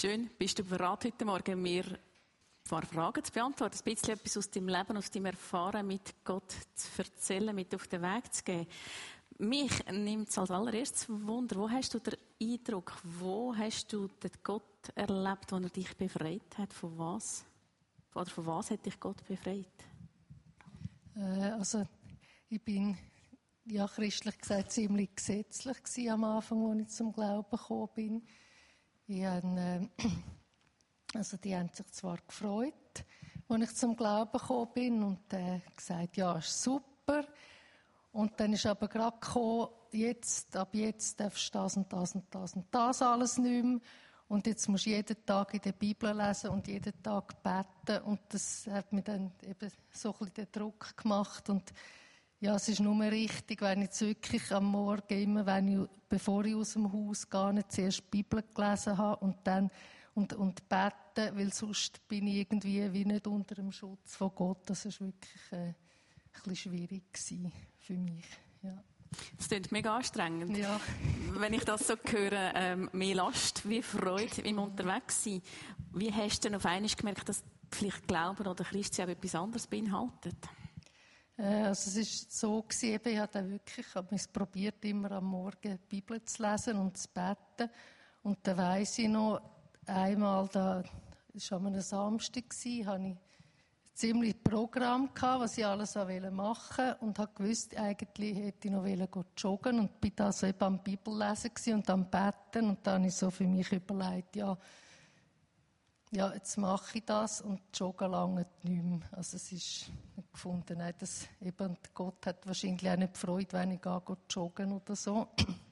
Schön, bist du bereit, heute Morgen mir ein paar Fragen zu beantworten, ein bisschen etwas aus deinem Leben, aus deinem Erfahren mit Gott zu erzählen, mit auf den Weg zu geben. Mich nimmt es als allererstes Wunder, wo hast du den Eindruck, wo hast du den Gott erlebt, wo er dich befreit hat? Von was? Oder von was hat dich Gott befreit? Also ich bin ja christlich gesagt ziemlich gesetzlich gewesen am Anfang, als ich zum Glauben gekommen bin. Also die haben sich zwar gefreut, als ich zum Glauben gekommen bin und gesagt, ja, ist super. Und dann ist aber gerade gekommen, ab jetzt darfst du das und das und das und das alles nicht mehr. Und jetzt musst du jeden Tag in der Bibel lesen und jeden Tag beten. Und das hat mir dann eben so ein bisschen den Druck gemacht. Und ja, es ist nur richtig, wenn ich jetzt wirklich am Morgen immer, bevor ich aus dem Haus gehe, nicht zuerst die Bibel gelesen habe und dann und beten, weil sonst bin ich irgendwie wie nicht unter dem Schutz von Gott. Das ist wirklich ein bisschen schwierig für mich. Ja. Das klingt mega anstrengend. Ja. Wenn ich das so höre, mehr Last wie Freude im Unterwegssein. Wie hast du denn auf einmal gemerkt, dass vielleicht Glauben oder Christsein auch etwas anderes beinhaltet? Also es ist so gewesen, ich habe es probiert, immer am Morgen die Bibel zu lesen und zu beten. Und dann weiss ich noch, einmal, das war an einem Samstag, hatte ich ziemlich Programm gehabt, was ich alles machen wollte. Und habe gewusst, eigentlich hätte ich noch joggen und bin da so eben am Bibellesen und am Beten. Und dann habe ich so für mich überlegt, ja, jetzt mache ich das und joggen lange nicht mehr. Also es ist gefunden, nein, Gott hat wahrscheinlich auch nicht Freude, wenn ich joggen oder so.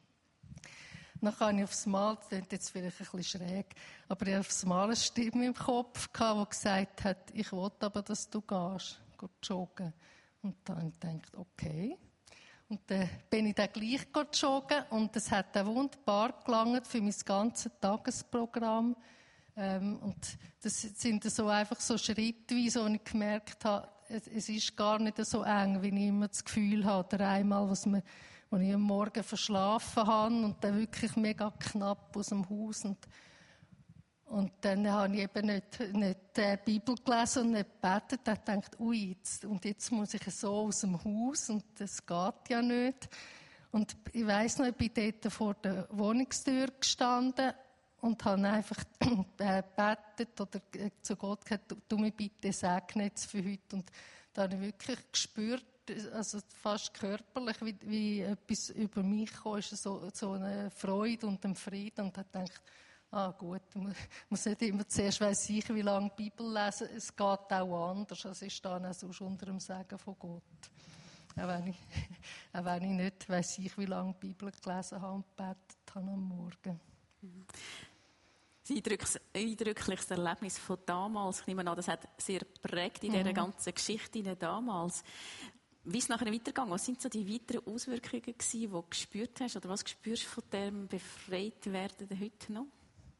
Dann habe ich aufs Mal, das klingt jetzt vielleicht ein bisschen schräg, aber ich habe aufs Mal eine Stimme im Kopf gehabt, die gesagt hat, ich will aber, dass du gehst joggen. Und dann habe ich gedacht, okay. Und dann bin ich dann gleich joggen und es hat dann wunderbar gelangt für mein ganzes Tagesprogramm. Und das sind so einfach so schrittweise, wo ich gemerkt habe, es ist gar nicht so eng, wie ich immer das Gefühl habe. Oder einmal, als ich am Morgen verschlafen habe und dann wirklich mega knapp aus dem Haus. Und dann habe ich eben nicht die Bibel gelesen und nicht gebetet. Da habe ich gedacht, jetzt muss ich so aus dem Haus und das geht ja nicht. Und ich weiss noch, ich bin dort vor der Wohnungstür gestanden und habe einfach gebetet oder zu Gott gesagt, du mich bitte segne jetzt für heute. Und da habe ich wirklich gespürt, also fast körperlich, wie etwas über mich kam, ist so eine Freude und ein Frieden. Und habe gedacht, gut, ich muss nicht immer zuerst weiss ich, wie lange die Bibel lesen, es geht auch anders. Also ich stehe auch sonst unter dem Segen von Gott. Auch wenn ich nicht weiss ich, wie lange die Bibel gelesen habe und gebetet habe am Morgen. Ein eindrückliches Erlebnis von damals. Ich nehme an, das hat sehr geprägt in dieser ganzen Geschichte damals. Wie ist es nachher weitergegangen? Was sind so die weiteren Auswirkungen gewesen, die du gespürt hast? Oder was spürst du von dem Befreitwerden heute noch?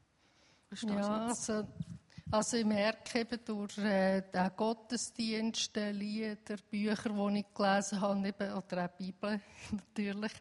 Ja, also ich merke eben durch den Gottesdienst, Lieder, Bücher, die ich gelesen habe, eben, oder auch die Bibel natürlich,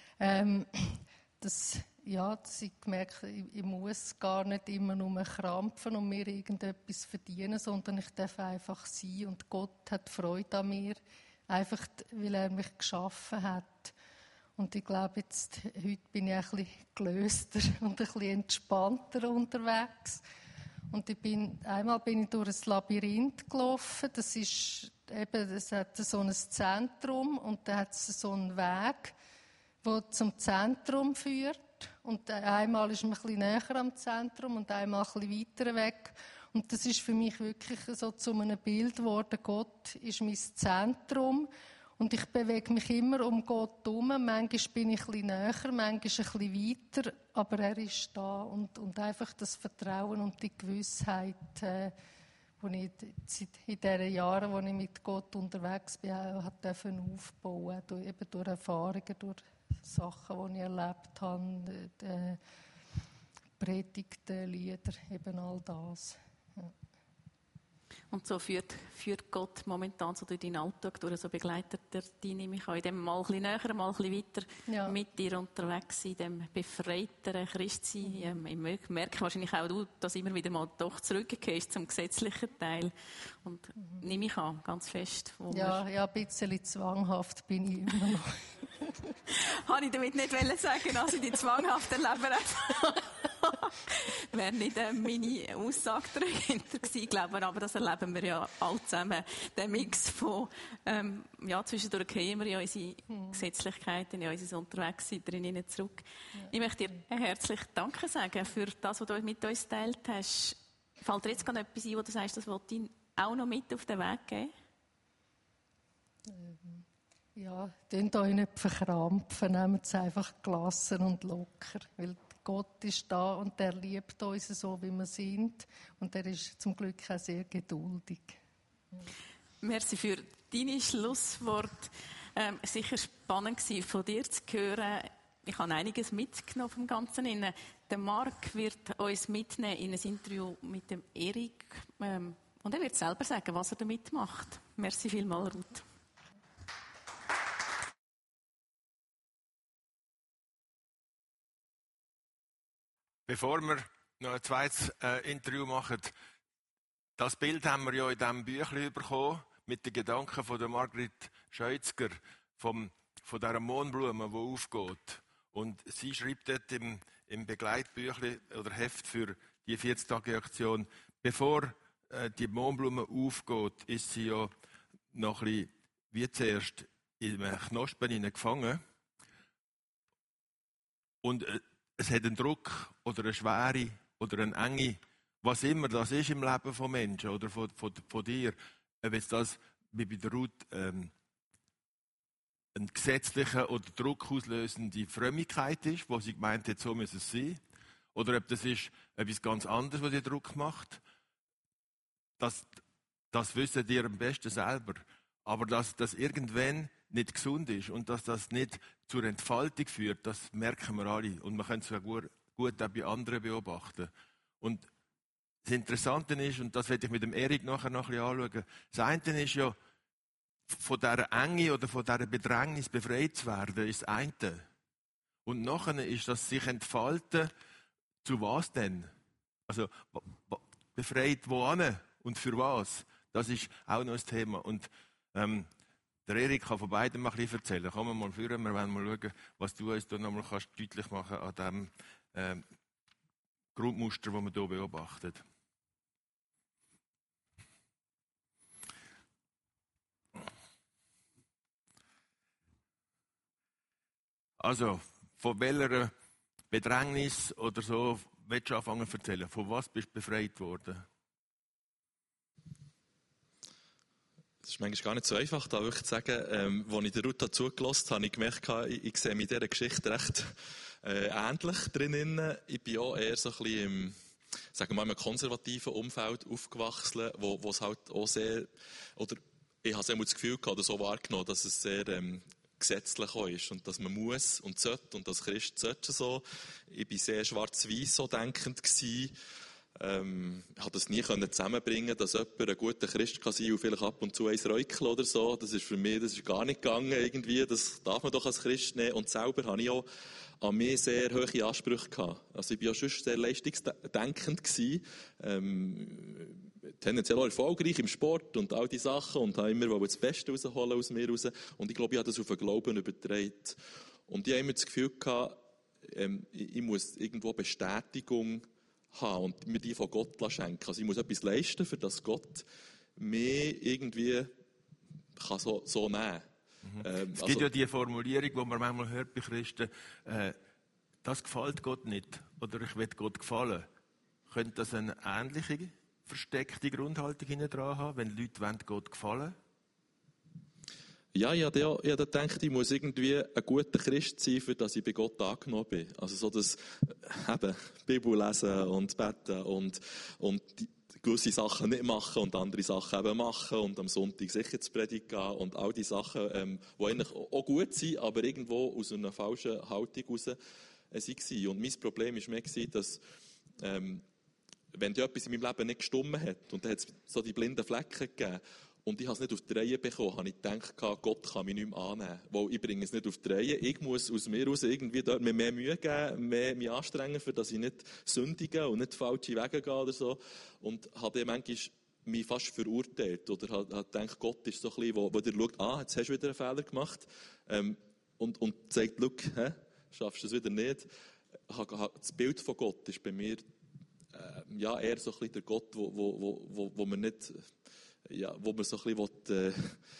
dass ich gemerkt habe, ich muss gar nicht immer nur krampfen und mir irgendetwas verdienen, sondern ich darf einfach sein und Gott hat Freude an mir, einfach weil er mich geschaffen hat. Und ich glaube, heute bin ich ein bisschen gelöster und ein bisschen entspannter unterwegs. Und einmal bin ich durch ein Labyrinth gelaufen, das hat so ein Zentrum und da hat es so einen Weg, der zum Zentrum führt. Und einmal ist man ein bisschen näher am Zentrum und einmal ein bisschen weiter weg. Und das ist für mich wirklich so zu einem Bild geworden. Gott ist mein Zentrum. Und ich bewege mich immer um Gott herum. Manchmal bin ich ein bisschen näher, manchmal ein bisschen weiter. Aber er ist da. Und einfach das Vertrauen und die Gewissheit, die ich in den Jahren, wo ich mit Gott unterwegs bin, auch aufbauen durfte. Eben durch Erfahrungen, durch Sachen, die ich erlebt habe, Predigten, Lieder, eben all das. Ja. Und so führt Gott momentan so durch deinen Alltag durch, so begleitet er dich, nehme ich an, in dem mal ein bisschen näher, mal ein bisschen weiter mit dir unterwegs sein, dem befreiteren Christsein. Ich merke wahrscheinlich auch du, dass immer wieder mal doch zurückgehst zum gesetzlichen Teil. Und nehme ich an, ganz fest. Ja, ein bisschen zwanghaft bin ich immer noch. Habe ich damit nicht sagen, dass ich die zwanghaft erleben habe. Wäre nicht meine Aussage dahinter gewesen, glaube ich, aber das erleben wir ja alle zusammen. Der Mix von, zwischendurch gehen wir ja unsere Gesetzlichkeiten, ja unser Unterwegssein drinnen zurück. Ja. Ich möchte dir herzlich Danke sagen für das, was du mit uns geteilt hast. Fällt dir jetzt gerade etwas ein, wo du sagst, das wollte ich auch noch mit auf den Weg geben? Ja, könnt euch nicht verkrampfen, nehmt es einfach gelassen und locker, weil Gott ist da und er liebt uns so, wie wir sind und er ist zum Glück auch sehr geduldig. Merci für deine Schlussworte. Sicher spannend gewesen, von dir zu hören. Ich habe einiges mitgenommen vom Ganzen. Der Marc wird uns mitnehmen in ein Interview mit dem Erik und er wird selber sagen, was er damit macht. Merci vielmals, Ruth. Bevor wir noch ein zweites Interview machen, das Bild haben wir ja in diesem Büchlein bekommen, mit den Gedanken von der Margrit Scheutzger, von dieser Mohnblume, die aufgeht. Und sie schreibt dort im Begleitbüchlein oder Heft für die 40-Tage-Aktion, bevor die Mohnblume aufgeht, ist sie ja noch ein bisschen wie zuerst in einem Knospen gefangen. Und es hat einen Druck oder eine Schwere oder eine Enge, was immer das ist im Leben von Menschen oder von dir. Ob jetzt das wie bei der Ruth eine gesetzliche oder druckauslösende Frömmigkeit ist, wo sie gemeint hat, so muss es sein. Oder ob das ist etwas ganz anderes, was dir Druck macht. Das wissen ihr am besten selber. Aber dass das irgendwann nicht gesund ist und dass das nicht zur Entfaltung führt, das merken wir alle. Und man kann es ja gut auch bei anderen beobachten. Und das Interessante ist, und das werde ich mit dem Erik nachher noch ein bisschen anschauen, das eine ist ja, von dieser Enge oder von dieser Bedrängnis befreit zu werden, ist das eine. Und nachher ist das sich entfalten, zu was denn? Also, befreit wohin und für was? Das ist auch noch ein Thema. Und der Erik kann von beidem mal ein bisschen erzählen. Kommen wir mal führen, wir wollen mal schauen, was du uns da nochmal deutlich machen kannst an dem Grundmuster, das man hier beobachtet. Also, von welcher Bedrängnis oder so willst du anfangen zu erzählen? Von was bist du befreit worden? Es ist manchmal gar nicht so einfach, da wirklich zu sagen, als ich der Ruth zugelassen habe, ich gemerkt, ich sehe mich in dieser Geschichte recht ähnlich drinnen. Ich bin auch eher so ein bisschen im, sagen wir mal, im konservativen Umfeld aufgewachsen, wo es halt auch sehr, oder ich habe sehr das Gefühl gehabt, oder so wahrgenommen, dass es sehr gesetzlich auch ist und dass man muss und sollte und als Christ sollte so. Ich war sehr schwarz-weiß so denkend gewesen. Ich konnte das nie zusammenbringen, dass jemand ein guter Christ kann sein und vielleicht ab und zu ein Räuchchen oder so. Das ist für mich, das ist gar nicht gegangen irgendwie. Das darf man doch als Christ nehmen. Und selber habe ich auch an mich sehr hohe Ansprüche gehabt. Also ich war ja schon sehr leistungsdenkend gewesen. Tendenziell auch erfolgreich im Sport und all die Sachen und habe immer das Beste rausholen aus mir raus. Und ich glaube, ich habe das auf den Glauben übertragen. Und ich habe immer das Gefühl gehabt, ich muss irgendwo Bestätigung haben und mir die von Gott schenken. Also ich muss etwas leisten, für das Gott mich irgendwie kann so nehmen kann. Es gibt ja die Formulierung, die man manchmal hört bei Christen, das gefällt Gott nicht oder ich will Gott gefallen. Könnte das eine ähnliche versteckte Grundhaltung hinten dran haben, wenn Leute Gott gefallen wollen? Ja, ich habe gedacht, ich muss irgendwie ein guter Christ sein, für dass ich bei Gott angenommen bin. Also so das eben, Bibel lesen und beten und gewisse Sachen nicht machen und andere Sachen eben machen und am Sonntag sicher zu predigen gehen und all die Sachen, die eigentlich auch gut sind, aber irgendwo aus einer falschen Haltung heraus waren. Und mein Problem war mehr, dass wenn wenn etwas in meinem Leben nicht gestimmt hat, und dann hat es so die blinden Flecken gegeben, und ich habe es nicht auf die Reihe bekommen, habe ich gedacht, Gott kann mich nicht mehr annehmen. Weil ich bringe es nicht auf die Reihe. Ich muss aus mir heraus irgendwie dort mir mehr Mühe geben, mich anstrengen, für dass ich nicht sündige und nicht falsche Wege gehe oder so. Und habe dann manchmal mich fast verurteilt. Oder habe gedacht, Gott ist so ein bisschen, wo der schaut, jetzt hast du wieder einen Fehler gemacht. Und sagt, schau, schaffst du es wieder nicht. Das Bild von Gott ist bei mir eher so ein bisschen der Gott, wo man nicht... Ja, wo man so ein bisschen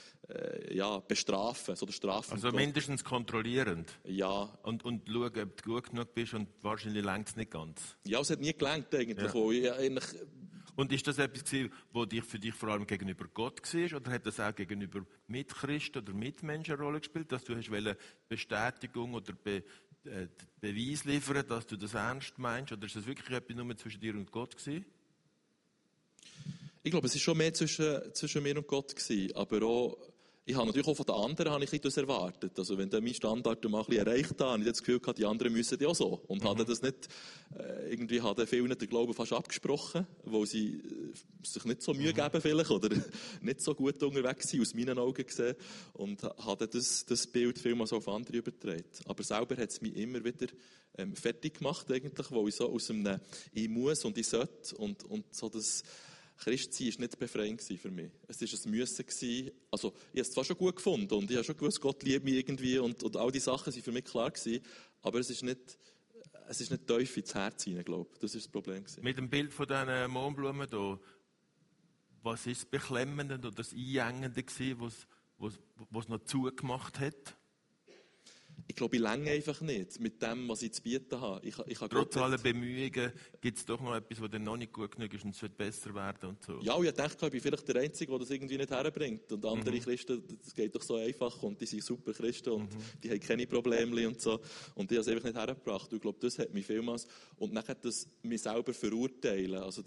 bestrafen, so der Strafen. Also mindestens kontrollierend. Ja. Und schauen, ob du gut genug bist, und wahrscheinlich reicht es nicht ganz. Ja, es hat nie gelangt eigentlich. Ja. Und ist das etwas gewesen, was für dich vor allem gegenüber Gott war, oder hat das auch gegenüber Mitchristen oder Mitmenschen eine Rolle gespielt, dass du hast Bestätigung oder Beweis liefern, dass du das ernst meinst, oder ist das wirklich etwas nur zwischen dir und Gott gewesen? Ich glaube, es war schon mehr zwischen mir und Gott gewesen, aber auch, ich habe natürlich auch von den anderen etwas erwartet. Also wenn dann mein Standard mal ein bisschen erreicht habe, habe ich das Gefühl gehabt, die anderen müssen ja auch so. Und habe das nicht, irgendwie hat vielen den Glauben fast abgesprochen, weil sie sich nicht so Mühe geben vielleicht, oder nicht so gut unterwegs sind, aus meinen Augen gesehen. Und habe das Bild vielmal so auf andere übertragen. Aber selber hat es mich immer wieder fertig gemacht eigentlich, weil ich so aus einem «Ich muss» und «Ich sollte» und so das Christsein war nicht befreiend für mich. Es war ein Müssen. Also, ich habe es zwar schon gut gefunden und ich habe schon gewusst, Gott liebt mich irgendwie und all die Sachen waren für mich klar gewesen, aber es ist nicht tief ins Herz hinein, glaube ich. Das war das Problem gewesen. Mit dem Bild von diesen Mohnblumen hier, was ist das Beklemmende oder das Einengende gewesen, was noch zugemacht hat? Ich glaube, ich länge einfach nicht mit dem, was ich zu bieten habe. Trotz aller Bemühungen gibt es doch noch etwas, das noch nicht gut genug ist und es wird besser werden und so. Ja, und ich dachte, ich bin vielleicht der Einzige, der das irgendwie nicht herbringt. Und andere Christen, das geht doch so einfach und die sind super Christen und die haben keine Probleme und so. Und ich habe es einfach nicht hergebracht. Und ich glaube, das hat mich vielmals... Und dann hat das mich selber verurteilen. Also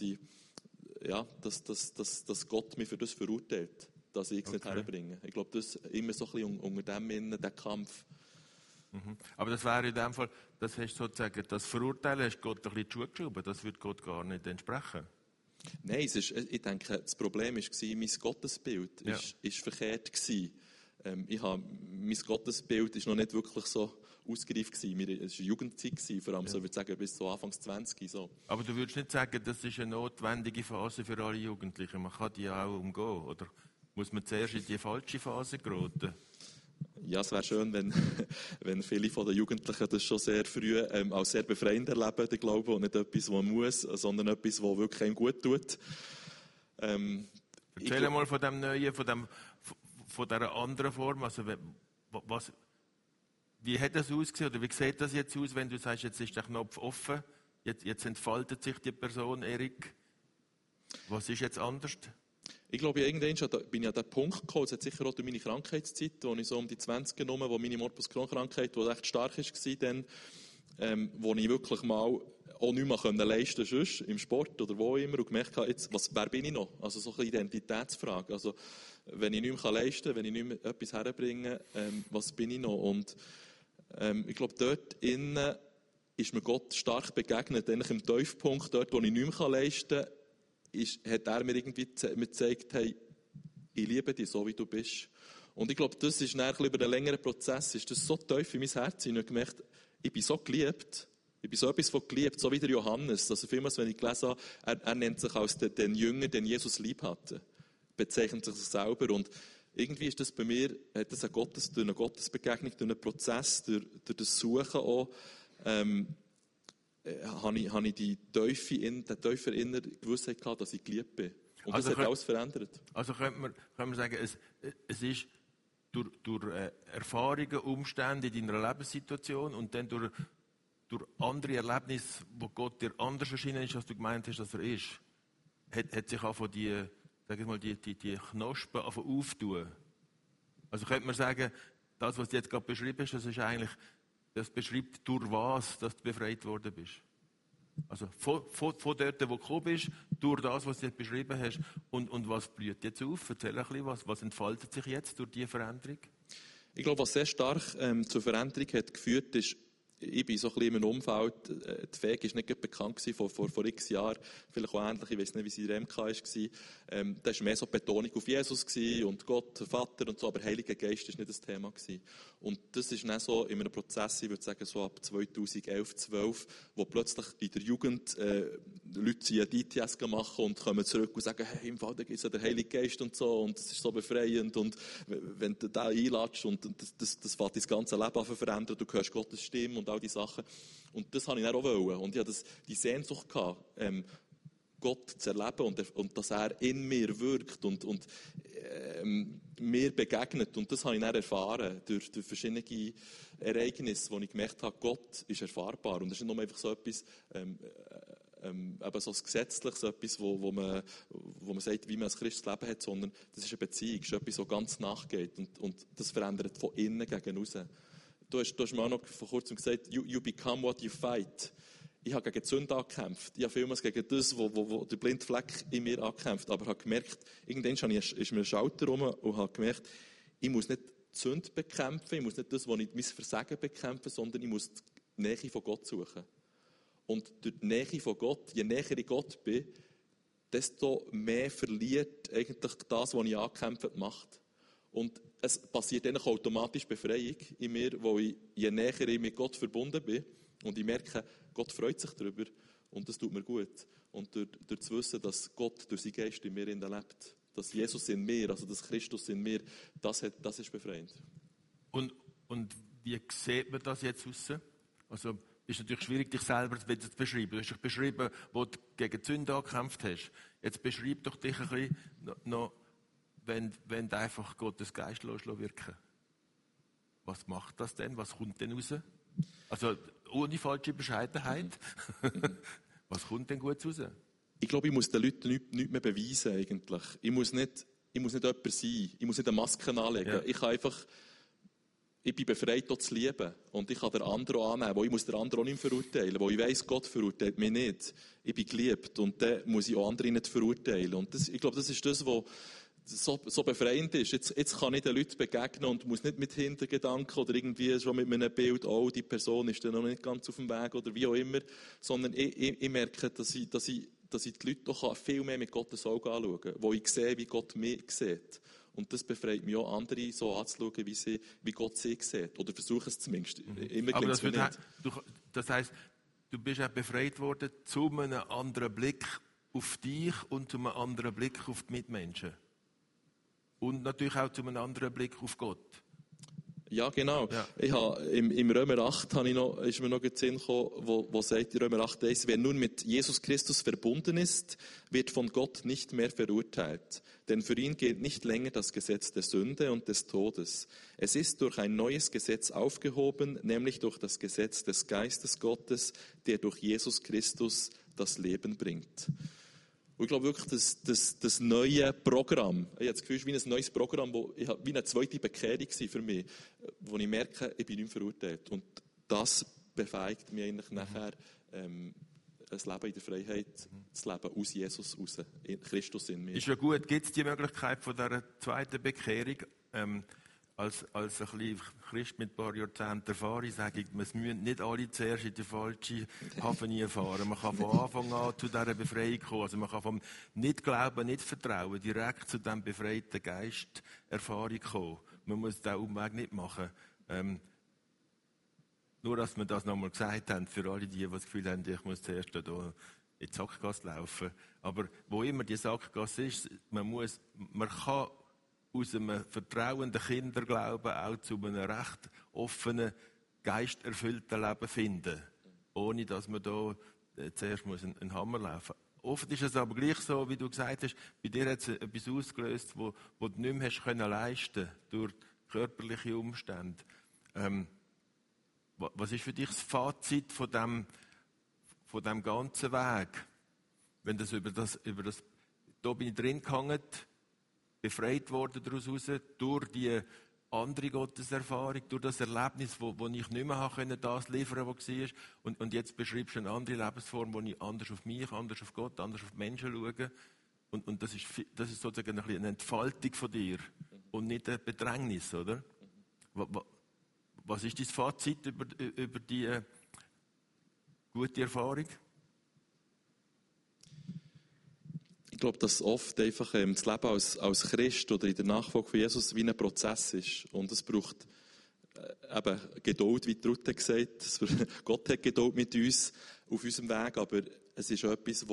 dass Gott mich für das verurteilt, dass ich es nicht herbringe. Ich glaube, das ist immer so ein bisschen unter dem Innen, der Kampf. Aber das wäre in dem Fall, das hast sozusagen, das Verurteilen hast Gott ein bisschen die Schuhe geschoben, das würde Gott gar nicht entsprechen. Nein, ich denke, das Problem war, mein Gottesbild war verkehrt gewesen. Mein Gottesbild war noch nicht wirklich so ausgereift gewesen. Es war eine Jugendzeit gewesen, vor allem, so, ich würde sagen, bis so Anfangs 20. So. Aber du würdest nicht sagen, das ist eine notwendige Phase für alle Jugendlichen. Man kann die auch umgehen, oder muss man zuerst in die falsche Phase geraten? Ja, es wäre schön, wenn viele von den Jugendlichen das schon sehr früh als sehr befreiend erleben, den Glauben, und nicht etwas, was man muss, sondern etwas, was wirklich einem gut tut. Erzähl mal von dem Neuen, von dieser anderen Form. Also, wie hat das ausgesehen, oder wie sieht das jetzt aus, wenn du sagst, jetzt ist der Knopf offen, jetzt entfaltet sich die Person, Erik? Was ist jetzt anders? Ich glaube, irgendwann bin ich an den Punkt gekommen, es hat sicher auch durch meine Krankheitszeit, wo ich so um die 20 genommen, wo meine Morbus Crohn-Krankheit, die echt stark war, dann, wo ich wirklich mal auch nicht mehr leisten konnte, sonst im Sport oder wo immer, und gemerkt habe, jetzt, wer bin ich noch? Also so eine Identitätsfrage. Also, wenn ich nicht mehr leisten kann, wenn ich nicht mehr etwas herbringe, was bin ich noch? Und ich glaube, dort innen ist mir Gott stark begegnet, eigentlich im Tiefpunkt, dort, wo ich nicht mehr leisten kann, hat er mir irgendwie gezeigt, hey, ich liebe dich, so wie du bist. Und ich glaube, das ist nachher über einen längeren Prozess, ist das so tief in mein Herz hinein. Ich habe gemerkt, ich bin so geliebt, ich bin so etwas von geliebt, so wie der Johannes. Also vielmals, wenn ich gelesen habe, er nennt sich als den Jünger, den Jesus lieb hatte. Bezeichnet sich selber. Und irgendwie ist das bei mir, hat das durch eine Gottesbegegnung, durch einen Prozess, durch das Suchen auch, habe ich die tiefe innere Gewissheit gehabt, dass ich geliebt bin. Und das hat alles verändert. Also können wir sagen, es ist durch Erfahrungen, Umstände in deiner Lebenssituation und dann durch andere Erlebnisse, wo Gott dir anders erschienen ist, als du gemeint hast, dass er ist, hat sich auch von die Knospen auftun. Also könnte man sagen, das, was du jetzt gerade beschrieben hast, das beschreibt, durch was dass du befreit worden bist. Also von dort, wo du gekommen bist, durch das, was du jetzt beschrieben hast. Und was blüht jetzt auf? Erzähl ein bisschen, was entfaltet sich jetzt durch diese Veränderung? Ich glaube, was sehr stark zur Veränderung hat geführt, ist ich bin so ein bisschen in einem Umfeld, die FEG war nicht bekannt vor x Jahren, vielleicht auch ähnlich, ich weiß nicht, wie sie in der MK war. Da war mehr so die Betonung auf Jesus und Gott, der Vater und so, aber Heiliger Geist war nicht das Thema gewesen. Und das ist dann so in einem Prozess, ich würde sagen, so ab 2011, 12, wo plötzlich in der Jugend Leute DTS machen und kommen zurück und sagen, hey, im Fall, da gibt es ja den Heiligen Geist und so, und es ist so befreiend, und wenn du da einlatschst, und das fängt dein ganze Leben an zu verändern, du hörst Gottes Stimme und all diese Sachen. Und das habe ich dann auch wollen. Und ich hatte die Sehnsucht gehabt, Gott zu erleben und dass er in mir wirkt und mir begegnet. Und das habe ich dann erfahren durch verschiedene Ereignisse, wo ich gemerkt habe, Gott ist erfahrbar. Und das ist nicht nur einfach so etwas, eben so ein Gesetzliches, so etwas, wo man sagt, wie man ein christliches Leben hat, sondern das ist eine Beziehung, das ist etwas, das ganz nachgeht. Und das verändert von innen gegen außen. Du hast mir auch noch vor kurzem gesagt, you become what you fight. Ich habe gegen die Sünde angekämpft. Ich habe vielmals gegen das, wo der blinde Fleck in mir angekämpft. Aber ich habe gemerkt, irgendwann ist mir ein Schalter rum und habe gemerkt, ich muss nicht die Sünde bekämpfen, ich muss nicht das, was ich mein Versagen bekämpfen, sondern ich muss die Nähe von Gott suchen. Und durch die Nähe von Gott, je näher ich Gott bin, desto mehr verliert eigentlich das, was ich angekämpft macht. Und es passiert dann automatisch Befreiung in mir, wo ich, je näher ich mit Gott verbunden bin, und ich merke, Gott freut sich darüber und das tut mir gut. Und durch zu wissen, dass Gott durch seinen Geist in mir lebt, dass Jesus in mir, also dass Christus in mir, das ist befreiend. Und wie sieht man das jetzt raus? Also, ist natürlich schwierig, dich selber zu beschreiben. Du hast dich beschrieben, wo du gegen die Sünde angekämpft hast. Jetzt beschreib doch dich ein bisschen noch, wenn du einfach Gottes Geist wirken. Was macht das denn? Was kommt denn raus? Also, ohne falsche Bescheidenheit. Was kommt denn gut raus? Ich glaube, ich muss den Leuten nichts mehr beweisen, eigentlich. Ich muss nicht jemand sein. Ich muss nicht eine Maske anlegen. Ja. Ich bin befreit, dort zu lieben. Und ich kann den anderen auch annehmen, wo ich muss den anderen auch nicht verurteilen. Wo ich weiss, Gott verurteilt mich nicht. Ich bin geliebt. Und dann muss ich auch andere nicht verurteilen. Und ich glaube, das ist das, was so befreiend ist. Jetzt kann ich den Leuten begegnen und muss nicht mit Hintergedanken oder irgendwie schon mit einem Bild, oh, die Person ist dann noch nicht ganz auf dem Weg oder wie auch immer, sondern ich merke, dass ich die Leute doch viel mehr mit Gottes Augen anschauen kann, wo ich sehe, wie Gott mich sieht. Und das befreit mich auch, andere so anzuschauen, wie Gott sie sieht. Oder versuche es zumindest. Immer aber das nicht. Das heisst, du bist auch befreit worden zu einem anderen Blick auf dich und zu einem anderen Blick auf die Mitmenschen. Und natürlich auch zu einem anderen Blick auf Gott. Ja, genau. Ja. Ich habe, im Römer 8 ist mir noch in den Sinn gekommen, wo sagt, in Römer 8,1, wer nun mit Jesus Christus verbunden ist, wird von Gott nicht mehr verurteilt. Denn für ihn gilt nicht länger das Gesetz der Sünde und des Todes. Es ist durch ein neues Gesetz aufgehoben, nämlich durch das Gesetz des Geistes Gottes, der durch Jesus Christus das Leben bringt. Und ich glaube wirklich, das neue Programm, ich habe das Gefühl, es ist wie ein neues Programm, wie eine zweite Bekehrung war für mich, wo ich merke, ich bin nicht verurteilt. Und das befähigt mich eigentlich nachher, ein Leben in der Freiheit zu leben, aus Jesus raus, Christus in mir. Ist ja gut. Gibt es die Möglichkeit von dieser zweiten Bekehrung, als ein bisschen Christ mit ein paar Jahrzehnten Erfahrung, sage ich, wir müssen nicht alle zuerst in den falschen Hafen fahren. Man kann von Anfang an zu dieser Befreiung kommen. Also man kann vom Nicht-Glauben, Nicht-Vertrauen direkt zu diesem befreiten Geist Erfahrung kommen. Man muss diesen Umweg nicht machen. Nur, dass wir das nochmal gesagt haben, für alle die das Gefühl haben, ich muss zuerst hier in die Sackgasse laufen. Aber wo immer die Sackgasse ist, man kann aus einem vertrauenden Kinderglauben auch zu einem recht offenen, geisterfüllten Leben finden. Ohne, dass man da zuerst einen Hammer laufen muss. Oft ist es aber gleich so, wie du gesagt hast, bei dir hat es etwas ausgelöst, wo du nicht mehr hast können leisten durch körperliche Umstände. Was ist für dich das Fazit von dem ganzen Weg? Wenn das über das, da bin ich drin gehangen, befreit worden daraus raus, durch die andere Gotteserfahrung, durch das Erlebnis, wo ich nicht mehr das liefern konnte, was war. Und jetzt beschreibst du eine andere Lebensform, wo ich anders auf mich, anders auf Gott, anders auf die Menschen schaue. Und das ist sozusagen eine Entfaltung von dir und nicht ein Bedrängnis, oder? Was ist dein Fazit über die gute Erfahrung? Ich glaube, dass oft einfach das Leben als Christ oder in der Nachfolge von Jesus wie ein Prozess ist. Und es braucht eben Geduld, wie die Ruth hat gesagt. Gott hat Geduld mit uns auf unserem Weg, aber es ist etwas,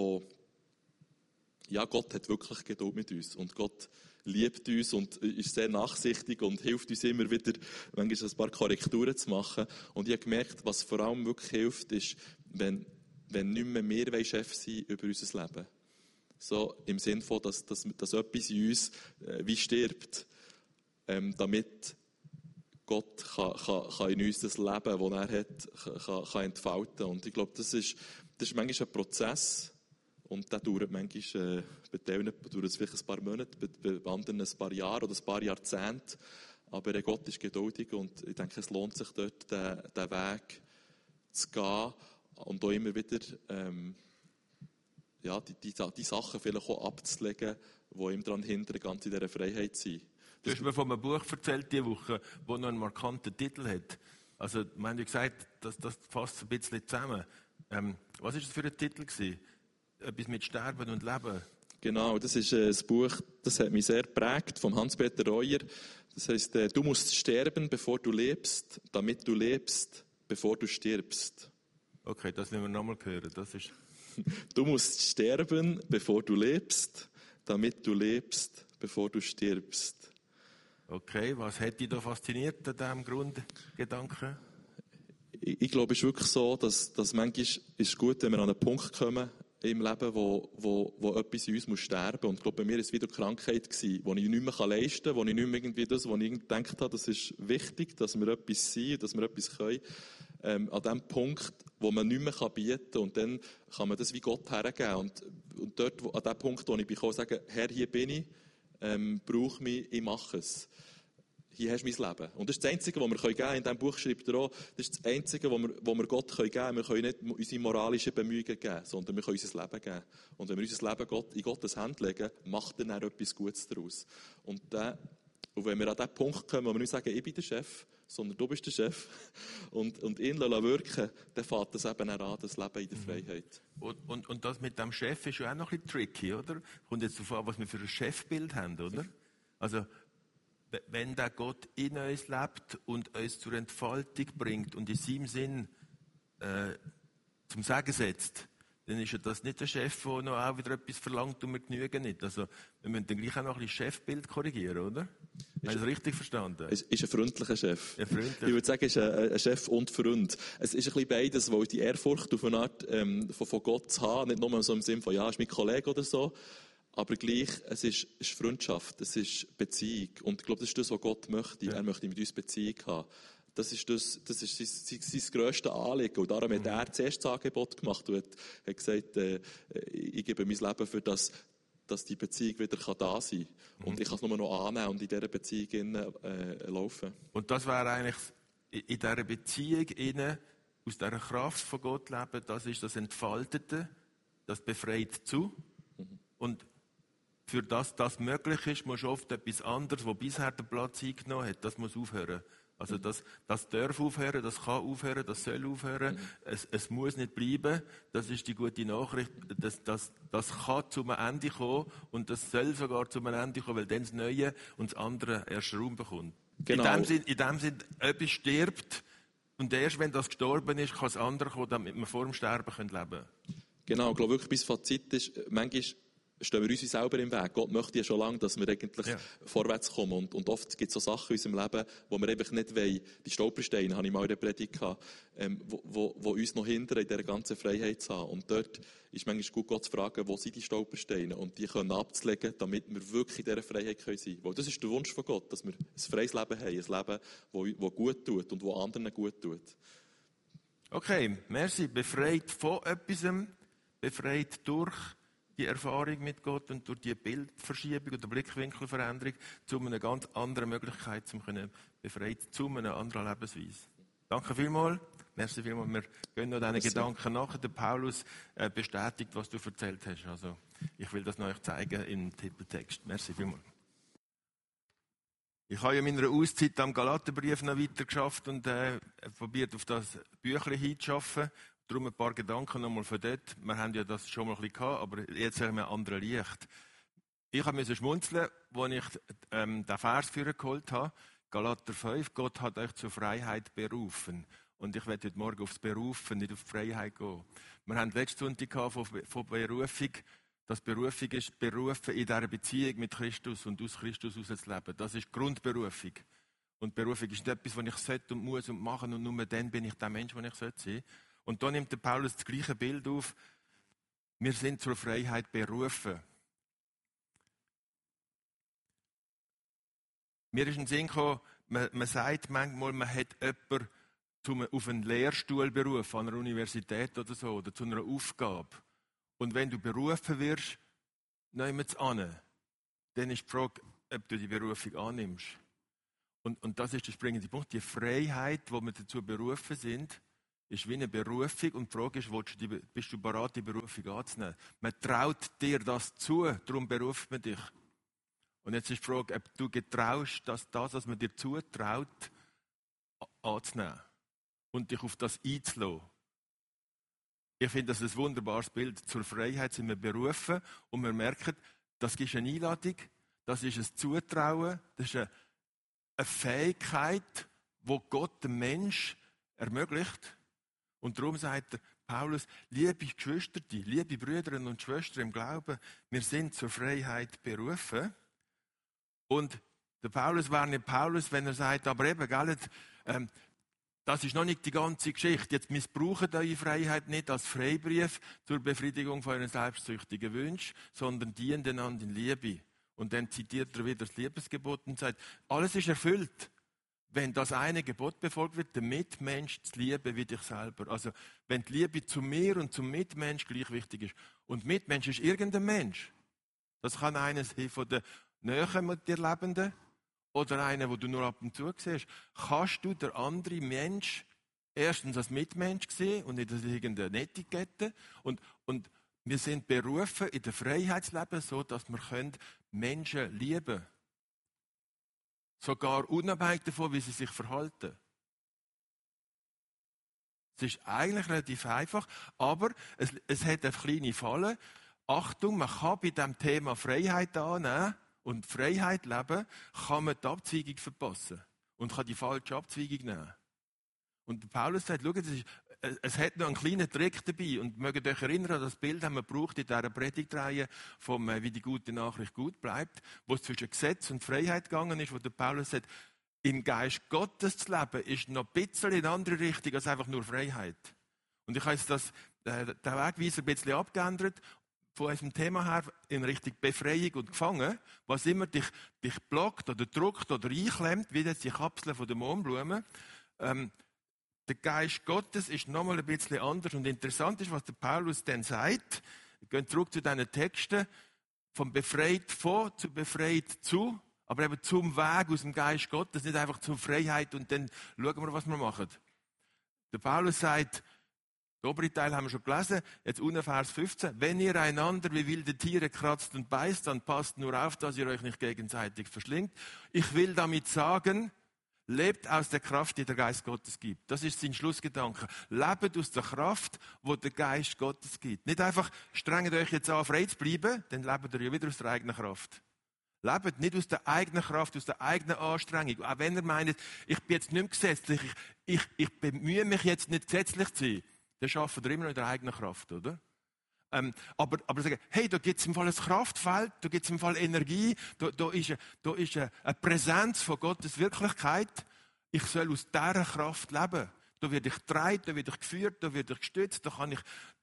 Gott hat wirklich Geduld mit uns. Und Gott liebt uns und ist sehr nachsichtig und hilft uns immer wieder, manchmal ein paar Korrekturen zu machen. Und ich habe gemerkt, was vor allem wirklich hilft, ist, wenn nicht mehr wir Chef sein über unser Leben. So im Sinne von, dass etwas in uns wie stirbt, damit Gott kann in uns das Leben, das er hat, kann entfalten. Und ich glaube, das ist manchmal ein Prozess. Und der dauert manchmal, bei denen dauert es vielleicht ein paar Monate, bei anderen ein paar Jahre oder ein paar Jahrzehnte. Aber Gott ist geduldig und ich denke, es lohnt sich dort, den Weg zu gehen und auch immer wieder die Sachen vielleicht auch abzulegen, die ihm daran hindern, ganz in dieser Freiheit zu sein. Du hast mir von einem Buch erzählt diese Woche, das noch einen markanten Titel hat. Also, wir haben ja gesagt, das fasst ein bisschen zusammen. Was war das für ein Titel gewesen? Etwas mit Sterben und Leben. Genau, das ist ein Buch, das hat mich sehr geprägt, von Hans-Peter Reuer. Das heisst, du musst sterben, bevor du lebst, damit du lebst, bevor du stirbst. Okay, das müssen wir nochmal hören. Das ist... Du musst sterben, bevor du lebst, damit du lebst, bevor du stirbst. Okay, was hat dich da fasziniert an diesem Grundgedanken? Ich glaube, es ist wirklich so, dass manchmal ist gut, wenn wir an einen Punkt kommen im Leben, wo etwas in uns sterben muss. Und ich glaube, bei mir war es wieder Krankheit, die ich nicht mehr leisten kann, wo ich nicht mehr irgendwie das, was ich gedacht habe, das ist wichtig, dass wir etwas sind, dass wir etwas können. An dem Punkt, wo man nicht mehr bieten kann, und dann kann man das wie Gott hergeben. Und dort, an dem Punkt, wo ich bin, sagen, Herr, hier bin ich, brauche mich, ich mache es. Hier hast du mein Leben. Und das ist das Einzige, was wir geben können. In diesem Buch schreibt er auch, das ist das Einzige, was wir Gott geben können. Wir können nicht unsere moralischen Bemühungen geben, sondern wir können unser Leben geben. Und wenn wir unser Leben in Gottes Hand legen, macht er dann etwas Gutes daraus. Und wenn wir an den Punkt kommen, wo wir nicht sagen, ich bin der Chef, sondern du bist der Chef, und ihn wirken, dann fängt das eben an, das Leben in der Freiheit. Und das mit dem Chef ist ja auch noch ein bisschen tricky, oder? Kommt jetzt darauf an, was wir für ein Chefbild haben, oder? Also, wenn der Gott in uns lebt und uns zur Entfaltung bringt und in seinem Sinn zum Sagen setzt, dann ist ja das nicht der Chef, der noch auch wieder etwas verlangt und wir genügen nicht. Also, wir müssen dann gleich auch noch ein bisschen Chefbild korrigieren, oder? Habe ich das richtig verstanden? Es ist ein freundlicher Chef. Ja, freundlich. Ich würde sagen, es ist ein Chef und Freund. Es ist ein bisschen beides, weil die Ehrfurcht auf eine Art von Gott zu haben, nicht nur so im Sinne von, ja, ist mein Kollege oder so, aber gleich, es ist Freundschaft, es ist Beziehung. Und ich glaube, das ist das, was Gott möchte. Ja. Er möchte mit uns Beziehung haben. Das ist sein grösstes Anliegen. Und darum hat er das erste Angebot gemacht und hat gesagt, ich gebe mein Leben für das, dass die Beziehung wieder da sein kann. Und ich kann es nur noch annehmen und in dieser Beziehung laufen. Und das wäre eigentlich in dieser Beziehung aus dieser Kraft von Gott leben, das ist das Entfaltete, das befreit zu. Und für das möglich ist, muss oft etwas anderes, was bisher den Platz eingenommen hat, das muss aufhören. Also das darf aufhören, das kann aufhören, das soll aufhören. Es muss nicht bleiben. Das ist die gute Nachricht. Das kann zu einem Ende kommen und das soll sogar zu einem Ende kommen, weil dann das Neue und das andere erst Raum bekommt. Genau. In dem Sinn, etwas stirbt und erst wenn das gestorben ist, kann das andere kommen, damit wir vor dem Sterben leben können. Genau, ich glaube wirklich, mein Fazit ist, manchmal stehen wir uns selber im Weg. Gott möchte ja schon lange, dass wir eigentlich vorwärts kommen. Und oft gibt es so Sachen in unserem Leben, wo wir einfach nicht wollen. Die Stolpersteine, habe ich mal in der Predigt gehabt, wo uns noch hindern, in dieser ganzen Freiheit zu haben. Und dort ist manchmal gut, Gott zu fragen, wo sind die Stolpersteine? Und die können abzulegen, damit wir wirklich in dieser Freiheit sein können. Weil das ist der Wunsch von Gott, dass wir ein freies Leben haben. Ein Leben, das gut tut und das anderen gut tut. Okay, merci. Befreit von etwas, befreit durch die Erfahrung mit Gott und durch die Bildverschiebung oder Blickwinkelveränderung zu einer ganz anderen Möglichkeit, befreit zu einer anderen Lebensweise. Danke vielmals. Merci vielmals. Wir gehen noch diesen Gedanken nach. Der Paulus bestätigt, was du erzählt hast. Also, ich will das noch euch zeigen im Titeltext. Merci vielmals. Ich habe ja in meiner Auszeit am Galaterbrief noch weiter geschafft und probiert, auf das Büchlein hinzuschaffen. Darum ein paar Gedanken nochmal von dort. Wir haben ja das schon mal ein bisschen gehabt, aber jetzt haben wir ein anderes Licht. Ich musste schmunzeln, als ich den Vers geholt habe. Galater 5, Gott hat euch zur Freiheit berufen. Und ich werde heute Morgen aufs Berufen, nicht auf die Freiheit gehen. Wir haben letzte Sonntag von Berufung. Das Berufung ist berufen in dieser Beziehung mit Christus und aus Christus herauszuleben. Das ist Grundberufung. Und Berufung ist nicht etwas, was ich sollte und muss und machen und nur dann bin ich der Mensch, den ich sein sollte. Und da nimmt der Paulus das gleiche Bild auf. Wir sind zur Freiheit berufen. Mir ist ein Sinn gekommen, man sagt manchmal, man hat jemanden auf einen Lehrstuhl berufen, an einer Universität oder so, oder zu einer Aufgabe. Und wenn du berufen wirst, nehmen wir es an. Dann ist die Frage, ob du die Berufung annimmst. Und das ist der springende Punkt. Die Freiheit, wo wir dazu berufen sind, ist wie eine Berufung. Und die Frage ist, bist du bereit, die Berufung anzunehmen? Man traut dir das zu, darum beruft man dich. Und jetzt ist die Frage, ob du getraust, das, was man dir zutraut, anzunehmen und dich auf das einzulassen. Ich finde das ein wunderbares Bild. Zur Freiheit sind wir berufen und wir merken, das ist eine Einladung, das ist ein Zutrauen, das ist eine Fähigkeit, die Gott dem Mensch ermöglicht. Und darum sagt der Paulus, liebe Geschwister, liebe Brüder und Schwestern im Glauben, wir sind zur Freiheit berufen. Und der Paulus war nicht Paulus, wenn er sagt, aber eben, gell, das ist noch nicht die ganze Geschichte. Jetzt missbraucht eure Freiheit nicht als Freibrief zur Befriedigung von euren selbstsüchtigen Wünschen, sondern dient einander in Liebe. Und dann zitiert er wieder das Liebesgebot und sagt, alles ist erfüllt, wenn das eine Gebot befolgt wird, den Mitmensch zu lieben wie dich selber. Also, wenn die Liebe zu mir und zum Mitmensch gleich wichtig ist. Und Mitmensch ist irgendein Mensch. Das kann eines von den Nähe mit dir Lebenden oder einer, wo du nur ab und zu siehst. Kannst du der andere Mensch erstens als Mitmensch sehen und nicht als irgendeine Etikette? Und wir sind berufen in der Freiheitsleben, so dass wir Menschen lieben können. Sogar unabhängig davon, wie sie sich verhalten. Es ist eigentlich relativ einfach, aber es hat eine kleine Falle. Achtung, man kann bei diesem Thema Freiheit annehmen und Freiheit leben, kann man die Abzweigung verpassen und kann die falsche Abzweigung nehmen. Und Paulus sagt, schau, es hat noch einen kleinen Trick dabei. Und mögt euch erinnern, an das Bild haben wir gebraucht in dieser Predigtreihe vom «Wie die gute Nachricht gut bleibt», wo es zwischen Gesetz und Freiheit gegangen ist, wo der Paulus sagt, im Geist Gottes zu leben, ist noch ein bisschen in eine andere Richtung als einfach nur Freiheit. Und ich habe jetzt den Wegweiser ein bisschen abgeändert, von unserem Thema her in Richtung Befreiung und Gefangen, was immer dich blockt oder druckt oder einklemmt, wie jetzt die Kapseln von der Mohnblume. Der Geist Gottes ist nochmal ein bisschen anders. Und interessant ist, was der Paulus dann sagt. Wir gehen zurück zu diesen Texten. Vom befreit von zu befreit zu. Aber eben zum Weg aus dem Geist Gottes. Nicht einfach zur Freiheit und dann schauen wir, was wir machen. Der Paulus sagt, den oberen Teil haben wir schon gelesen. Jetzt unten Vers 15. Wenn ihr einander wie wilde Tiere kratzt und beißt, dann passt nur auf, dass ihr euch nicht gegenseitig verschlingt. Ich will damit sagen, lebt aus der Kraft, die der Geist Gottes gibt. Das ist sein Schlussgedanke. Lebt aus der Kraft, die der Geist Gottes gibt. Nicht einfach, strengt euch jetzt an, frei zu bleiben, dann lebt ihr ja wieder aus der eigenen Kraft. Lebt nicht aus der eigenen Kraft, aus der eigenen Anstrengung. Auch wenn ihr meint, ich bin jetzt nicht mehr gesetzlich, ich bemühe mich jetzt nicht gesetzlich zu sein, dann arbeitet ihr immer noch in der eigenen Kraft, oder? Aber sagen, hey, da gibt es im Fall ein Kraftfeld, da gibt es im Fall Energie, da ist eine Präsenz von Gottes Wirklichkeit. Ich soll aus dieser Kraft leben. Da werde ich getragen, da werde ich geführt, da werde ich gestützt, da kann ich.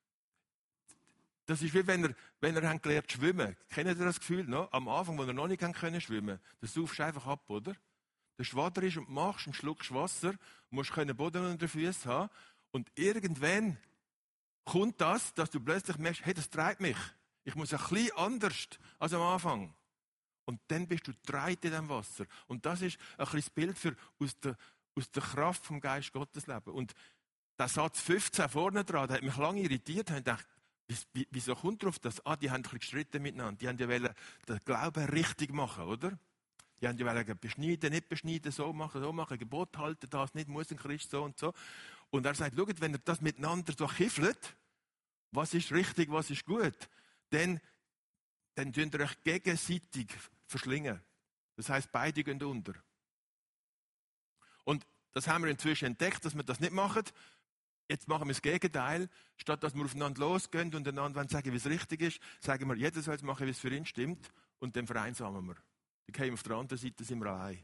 Das ist wie wenn ihr gelernt zu schwimmen. Kennt ihr das Gefühl noch? Am Anfang, wo ihr noch nicht können schwimmen, dann saufst du einfach ab, oder? Der Schwader ist und machst einen Schluck Wasser, musst Boden unter den Füßen haben. Und irgendwann kommt das, dass du plötzlich merkst, hey, das treibt mich. Ich muss ein bisschen anders als am Anfang. Und dann bist du getragen in diesem Wasser. Und das ist ein bisschen das Bild für aus der Kraft vom Geist Gottes leben. Und der Satz 15 vorne dran, der hat mich lange irritiert. Ich dachte, wieso kommt drauf, dass die haben ein bisschen gestritten miteinander. Die haben ja wollen den Glauben richtig machen, oder? Die haben ja beschneiden, nicht beschneiden, so machen, Gebot halten, das nicht, muss ein Christ so und so. Und er sagt, schaut, wenn ihr das miteinander so kiffelt, was ist richtig, was ist gut, dann tun ihr euch gegenseitig verschlingen. Das heisst, beide gehen unter. Und das haben wir inzwischen entdeckt, dass wir das nicht machen. Jetzt machen wir das Gegenteil. Statt dass wir aufeinander losgehen und einander sagen, wie es richtig ist, sagen wir, jeder soll es machen, wie es für ihn stimmt. Und dann vereinsamen wir. Dann gehen wir auf der anderen Seite, sind wir allein.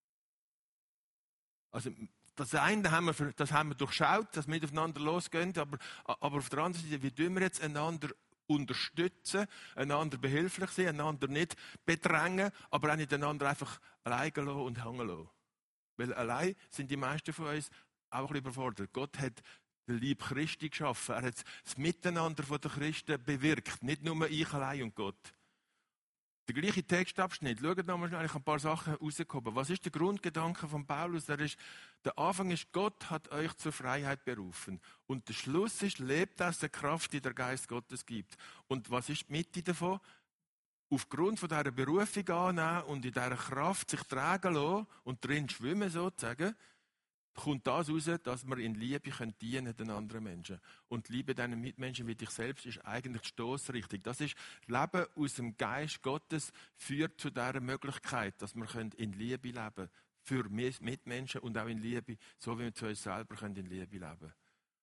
Also, das eine haben wir durchschaut, dass wir nicht aufeinander losgehen. Aber auf der anderen Seite, wie tun wir jetzt einander unterstützen, einander behilflich sein, einander nicht bedrängen, aber auch nicht einander einfach allein lassen und hängen lassen. Weil allein sind die meisten von uns auch ein bisschen überfordert. Gott hat den Leib Christi geschaffen. Er hat das Miteinander der Christen bewirkt. Nicht nur ich allein und Gott. Der gleiche Textabschnitt. Schaut nochmal schnell, ich habe ein paar Sachen rausgehoben. Was ist der Grundgedanke von Paulus? Der Anfang ist, Gott hat euch zur Freiheit berufen. Und der Schluss ist, lebt aus der Kraft, die der Geist Gottes gibt. Und was ist die Mitte davon? Aufgrund von dieser Berufung annehmen und in dieser Kraft sich tragen lassen und drin schwimmen sozusagen, kommt das raus, dass wir in Liebe dienen den anderen Menschen. Und die Liebe deinen Mitmenschen wie dich selbst ist eigentlich die Stossrichtung. Das ist, Leben aus dem Geist Gottes führt zu dieser Möglichkeit, dass wir in Liebe leben können. Für Mitmenschen und auch in Liebe, so wie wir zu uns selber in Liebe leben können.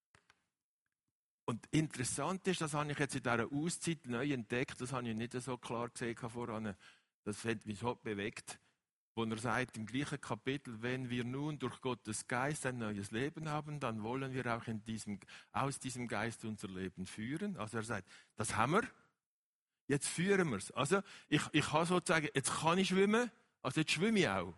Und interessant ist, das habe ich jetzt in dieser Auszeit neu entdeckt, das habe ich nicht so klar gesehen voran. Das hat mich so bewegt, wo er sagt im gleichen Kapitel, wenn wir nun durch Gottes Geist ein neues Leben haben, dann wollen wir auch aus diesem Geist unser Leben führen. Also er sagt, das haben wir, jetzt führen wir es. Also ich kann sozusagen, jetzt kann ich schwimmen, also jetzt schwimme ich auch.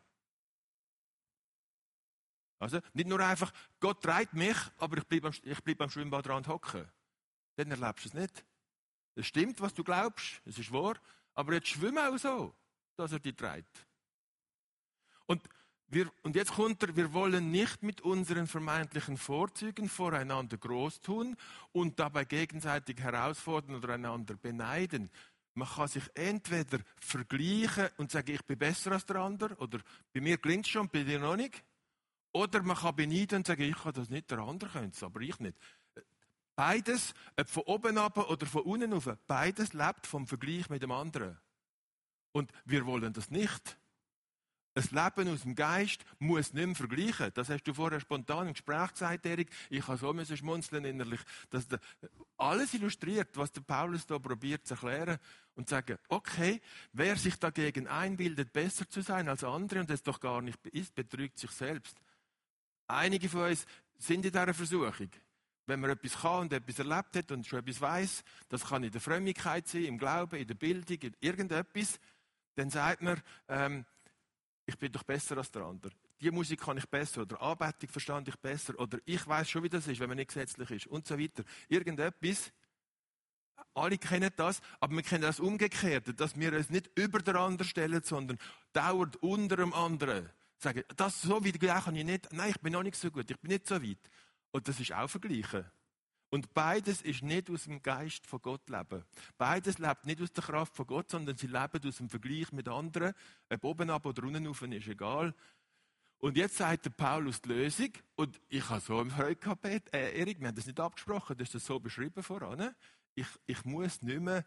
Also nicht nur einfach, Gott treibt mich, aber ich bleib am Schwimmbadrand hocken. Dann erlebst du es nicht. Es stimmt, was du glaubst, es ist wahr, aber jetzt schwimme auch so, dass er dich treibt. Und jetzt kommt wir wollen nicht mit unseren vermeintlichen Vorzügen voreinander groß tun und dabei gegenseitig herausfordern oder einander beneiden. Man kann sich entweder vergleichen und sagen, ich bin besser als der andere, oder bei mir gelingt es schon, bei dir noch nicht. Oder man kann beneiden und sagen, ich kann das nicht, der andere könnte es, aber ich nicht. Beides, ob von oben ab oder von unten rauf, beides lebt vom Vergleich mit dem anderen. Und wir wollen das nicht. Ein Leben aus dem Geist muss nicht mehr vergleichen. Das hast du vorher spontan im Gespräch gesagt, Erik. Ich habe so schmunzeln innerlich. Dass alles illustriert, was der Paulus da probiert zu erklären. Und zu sagen, okay, wer sich dagegen einbildet, besser zu sein als andere und es doch gar nicht ist, betrügt sich selbst. Einige von uns sind in dieser Versuchung. Wenn man etwas kann und etwas erlebt hat und schon etwas weiss, das kann in der Frömmigkeit sein, im Glauben, in der Bildung, in irgendetwas, dann sagt man, ich bin doch besser als der andere. Die Musik kann ich besser oder Anbetung verstand ich besser oder ich weiss schon, wie das ist, wenn man nicht gesetzlich ist und so weiter. Irgendetwas. Alle kennen das, aber wir kennen das Umgekehrte, dass wir uns nicht über den anderen stellen, sondern dauernd unter dem anderen. Sagen, das so wie gleich kann ich nicht, nein, ich bin noch nicht so gut, ich bin nicht so weit. Und das ist auch vergleichen. Und beides ist nicht aus dem Geist von Gott leben. Beides lebt nicht aus der Kraft von Gott, sondern sie leben aus dem Vergleich mit anderen. Ob oben ab oder unten rauf, ist egal. Und jetzt sagt der Paulus die Lösung. Und ich habe so Freude gehabt, Erik, wir haben das nicht abgesprochen, das ist das so beschrieben voran. Ich muss nicht mehr,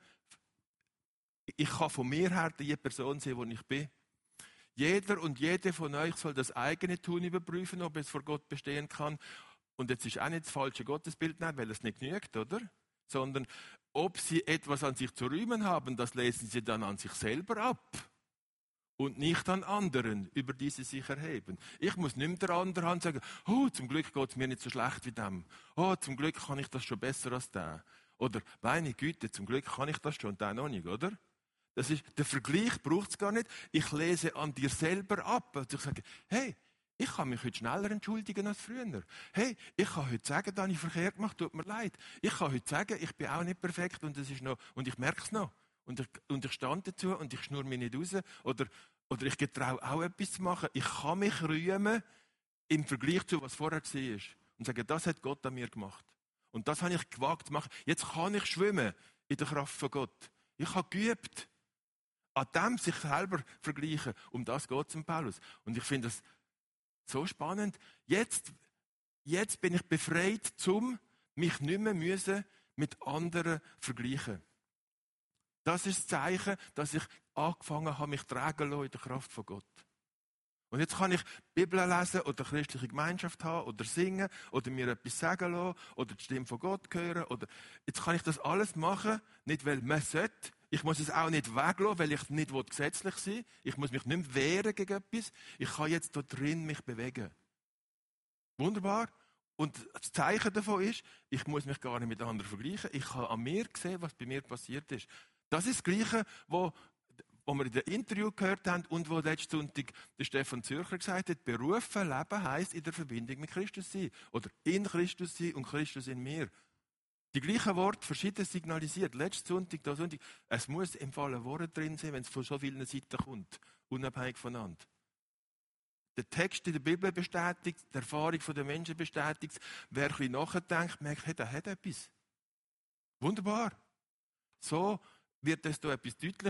ich kann von mir her die Person sein, die ich bin. Jeder und jede von euch soll das eigene Tun überprüfen, ob es vor Gott bestehen kann. Und jetzt ist auch nicht das falsche Gottesbild nehmen, weil es nicht genügt, oder? Sondern ob sie etwas an sich zu rühmen haben, das lesen sie dann an sich selber ab. Und nicht an anderen, über die sie sich erheben. Ich muss nicht mehr der andere Hand sagen, oh, zum Glück geht es mir nicht so schlecht wie dem. Oh, zum Glück kann ich das schon besser als der. Oder, meine Güte, zum Glück kann ich das schon und der noch nicht, oder? Das ist, der Vergleich braucht es gar nicht. Ich lese an dir selber ab. Und ich sage, hey, ich kann mich heute schneller entschuldigen als früher. Hey, ich kann heute sagen, dass ich verkehrt gemacht, tut mir leid. Ich kann heute sagen, ich bin auch nicht perfekt und es ist noch, und ich merke es noch. Und ich stand dazu und ich schnurre mich nicht raus. Oder ich getraue auch etwas zu machen. Ich kann mich rühmen im Vergleich zu was vorher war. Und sagen, das hat Gott an mir gemacht. Und das habe ich gewagt zu machen. Jetzt kann ich schwimmen in der Kraft von Gott. Ich habe geübt. An dem sich selber vergleichen. Um das geht es um Paulus. Und ich finde das so spannend. Jetzt bin ich befreit, mich nicht mehr mit anderen vergleichen. Das ist das Zeichen, dass ich angefangen habe, mich tragen zu lassen in der Kraft von Gott. Und jetzt kann ich Bibel lesen oder christliche Gemeinschaft haben oder singen oder mir etwas sagen lassen oder die Stimme von Gott hören. Oder jetzt kann ich das alles machen, nicht weil man sollte. Ich muss es auch nicht weglassen, weil ich nicht gesetzlich sein will. Ich muss mich nicht mehr wehren gegen etwas. Ich kann jetzt da drin mich bewegen. Wunderbar. Und das Zeichen davon ist, ich muss mich gar nicht mit anderen vergleichen. Ich kann an mir sehen, was bei mir passiert ist. Das ist das Gleiche, was wir in dem Interview gehört haben und wo letzten Sonntag der Stefan Zürcher gesagt hat, berufen leben heisst in der Verbindung mit Christus sein. Oder in Christus sein und Christus in mir. Die gleichen Worte verschieden signalisiert. Letzten Sonntag, da Sonntag. Es muss im Fall ein Wort drin sein, wenn es von so vielen Seiten kommt. Unabhängig voneinander. Der Text in der Bibel bestätigt, die Erfahrung der Menschen bestätigt. Wer ein bisschen nachdenkt, merkt, hey, der hat etwas. Wunderbar. So wird es da etwas deutlich.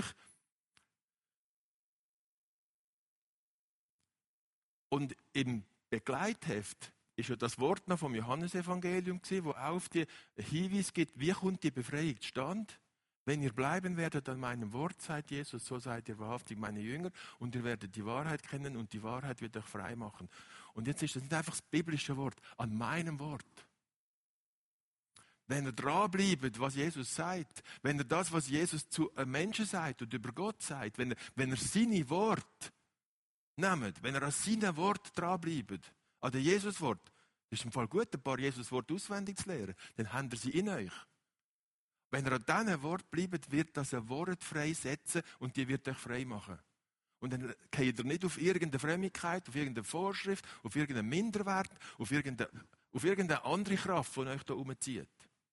Und im Begleitheft ist ja das Wort noch vom Johannesevangelium gewesen, wo auch auf die Hinweis gibt, wie kommt die Befreiung zustande? Wenn ihr bleiben werdet an meinem Wort, sagt Jesus, so seid ihr wahrhaftig meine Jünger und ihr werdet die Wahrheit kennen und die Wahrheit wird euch frei machen. Und jetzt ist das nicht einfach das biblische Wort, an meinem Wort. Wenn ihr dranbleibt, was Jesus sagt, wenn ihr das, was Jesus zu einem Menschen sagt und über Gott sagt, wenn er seine Worte nehmt, wenn ihr an seinem Wort dranbleibt, an dem Jesus-Wort, ist im Fall gut, ein paar Jesus-Worte auswendig zu lernen, dann habt ihr sie in euch. Wenn ihr an diesem Wort bleibt, wird das ein Wort freisetzen und die wird euch frei machen. Und dann geht ihr nicht auf irgendeine Frömmigkeit, auf irgendeine Vorschrift, auf irgendeinen Minderwert, auf irgendeine andere Kraft, die euch da herumzieht.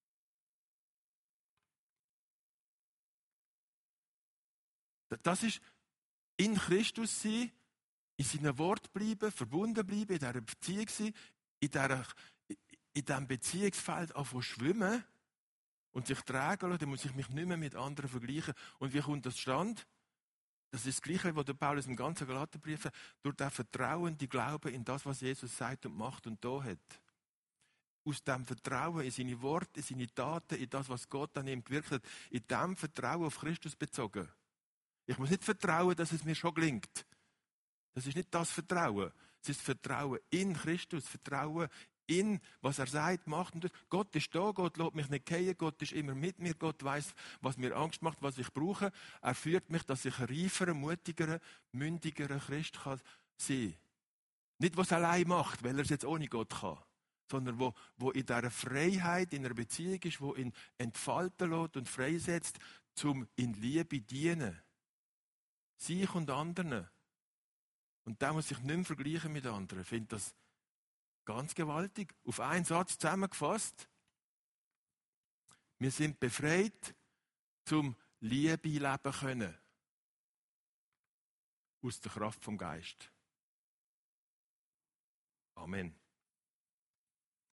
Das ist in Christus sein, in seinem Wort bleiben, verbunden bleiben, in dieser Beziehung sein, in diesem Beziehungsfeld anfangen schwimmen und sich tragen lassen, dann muss ich mich nicht mehr mit anderen vergleichen. Und wie kommt das zustande? Das ist das Gleiche, was der Paulus im ganzen Galaterbrief sagt, durch den Vertrauen, die Glauben in das, was Jesus sagt und macht und da hat. Aus dem Vertrauen in seine Worte, in seine Taten, in das, was Gott an ihm gewirkt hat, in dem Vertrauen auf Christus bezogen. Ich muss nicht vertrauen, dass es mir schon gelingt. Das ist nicht das Vertrauen. Es ist Vertrauen in Christus, Vertrauen in, was er sagt, macht und tut. Gott ist da, Gott lässt mich nicht fallen, Gott ist immer mit mir, Gott weiß, was mir Angst macht, was ich brauche. Er führt mich, dass ich ein reiferer, mutigerer, mündigerer Christ kann sein. Nicht, was er allein macht, weil er es jetzt ohne Gott kann, sondern wo in dieser Freiheit, in einer Beziehung ist, wo ihn entfalten lässt und freisetzt, zum in Liebe dienen. Sich und anderen. Und da muss ich nicht mehr vergleichen mit anderen. Ich finde das ganz gewaltig. Auf einen Satz zusammengefasst. Wir sind befreit, zum Liebe leben können. Aus der Kraft vom Geist. Amen.